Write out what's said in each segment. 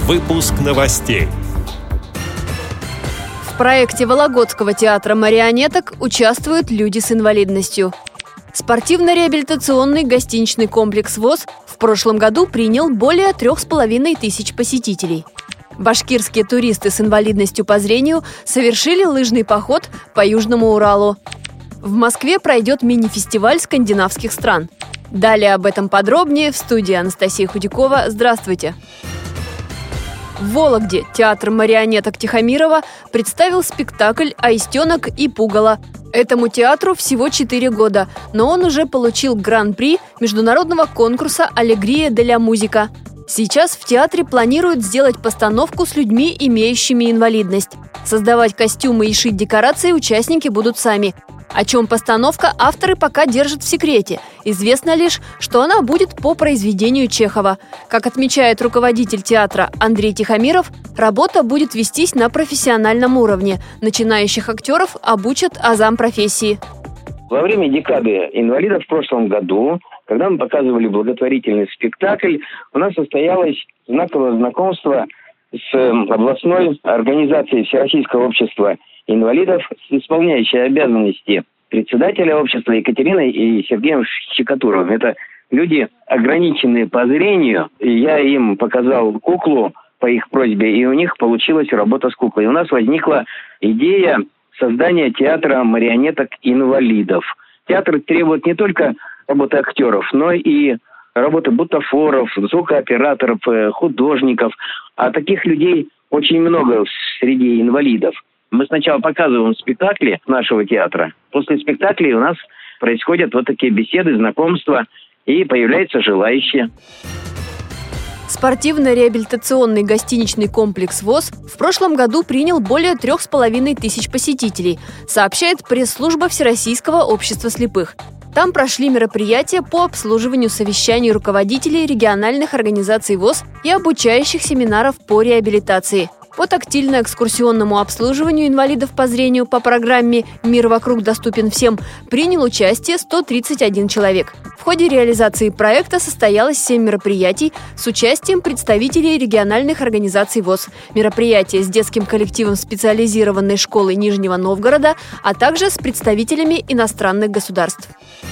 Выпуск новостей. В проекте Вологодского театра марионеток участвуют люди с инвалидностью. Спортивно-реабилитационный гостиничный комплекс ВОС в прошлом году принял более 3500 посетителей. Башкирские туристы с инвалидностью по зрению совершили лыжный поход по Южному Уралу. В Москве пройдет мини-фестиваль скандинавских стран. Далее об этом подробнее в студии Анастасия Худякова. Здравствуйте! В Вологде театр марионеток Тихомирова представил спектакль «Аистенок и пугало». Этому театру всего 4 года, но он уже получил гран-при международного конкурса «Алегрия де ля музика». Сейчас в театре планируют сделать постановку с людьми, имеющими инвалидность. Создавать костюмы и шить декорации участники будут сами. О чем постановка, авторы пока держат в секрете. Известно лишь, что она будет по произведению Чехова. Как отмечает руководитель театра Андрей Тихомиров, работа будет вестись на профессиональном уровне. Начинающих актеров обучат азам профессии. Во время декады инвалидов в прошлом году, когда мы показывали благотворительный спектакль, у нас состоялось знаковое знакомство с областной организацией Всероссийского общества инвалидов, исполняющей обязанности председателя общества Екатериной и Сергеем Щекотуровым. Это люди, ограниченные по зрению. И я им показал куклу по их просьбе, и у них получилась работа с куклой. У нас возникла идея создания театра марионеток инвалидов. Театр требует не только работы актеров, но и работы бутафоров, звукооператоров, художников. А таких людей очень много среди инвалидов. Мы сначала показываем спектакли нашего театра. После спектаклей у нас происходят вот такие беседы, знакомства, и появляются желающие. Спортивно-реабилитационный гостиничный комплекс ВОС в прошлом году принял более 3500 посетителей, сообщает пресс-служба Всероссийского общества слепых. Там прошли мероприятия по обслуживанию совещаний руководителей региональных организаций ВОС и обучающих семинаров по реабилитации. По тактильно-экскурсионному обслуживанию инвалидов по зрению по программе «Мир вокруг доступен всем» принял участие 131 человек. В ходе реализации проекта состоялось 7 мероприятий с участием представителей региональных организаций ВОС, мероприятия с детским коллективом специализированной школы Нижнего Новгорода, а также с представителями иностранных государств.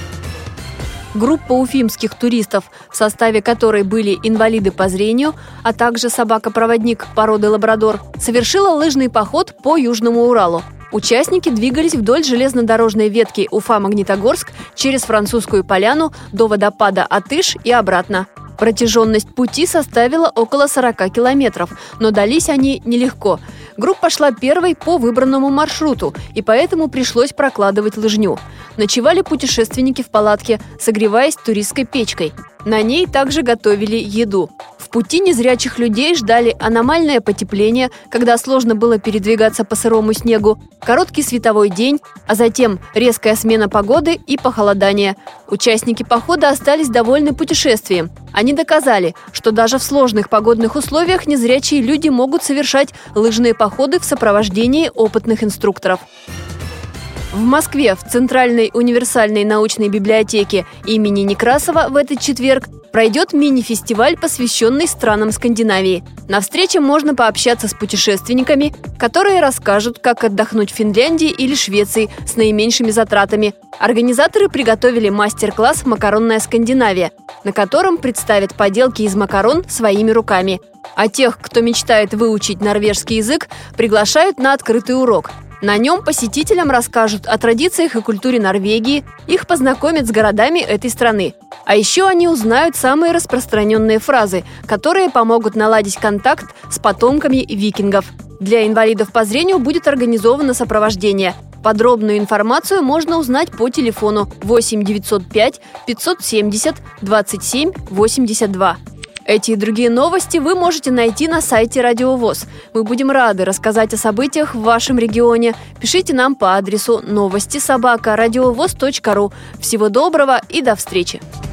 Группа уфимских туристов, в составе которой были инвалиды по зрению, а также собака-проводник породы лабрадор, совершила лыжный поход по Южному Уралу. Участники двигались вдоль железнодорожной ветки Уфа-Магнитогорск через Французскую поляну до водопада Атыш и обратно. Протяженность пути составила около 40 километров, но дались они нелегко. Группа шла первой по выбранному маршруту, и поэтому пришлось прокладывать лыжню. Ночевали путешественники в палатке, согреваясь туристской печкой. На ней также готовили еду. В пути незрячих людей ждали аномальное потепление, когда сложно было передвигаться по сырому снегу, короткий световой день, а затем резкая смена погоды и похолодание. Участники похода остались довольны путешествием. Они доказали, что даже в сложных погодных условиях незрячие люди могут совершать лыжные походы в сопровождении опытных инструкторов. В Москве в Центральной универсальной научной библиотеке имени Некрасова в этот четверг пройдет мини-фестиваль, посвященный странам Скандинавии. На встрече можно пообщаться с путешественниками, которые расскажут, как отдохнуть в Финляндии или Швеции с наименьшими затратами. Организаторы приготовили мастер-класс «Макаронная Скандинавия», на котором представят поделки из макарон своими руками. А тех, кто мечтает выучить норвежский язык, приглашают на открытый урок. На нем посетителям расскажут о традициях и культуре Норвегии, их познакомят с городами этой страны. А еще они узнают самые распространенные фразы, которые помогут наладить контакт с потомками викингов. Для инвалидов по зрению будет организовано сопровождение. Подробную информацию можно узнать по телефону 8 905 570 27 82. Эти и другие новости вы можете найти на сайте Радио ВОС. Мы будем рады рассказать о событиях в вашем регионе. Пишите нам по адресу новости@радиовос.ру. Всего доброго и до встречи!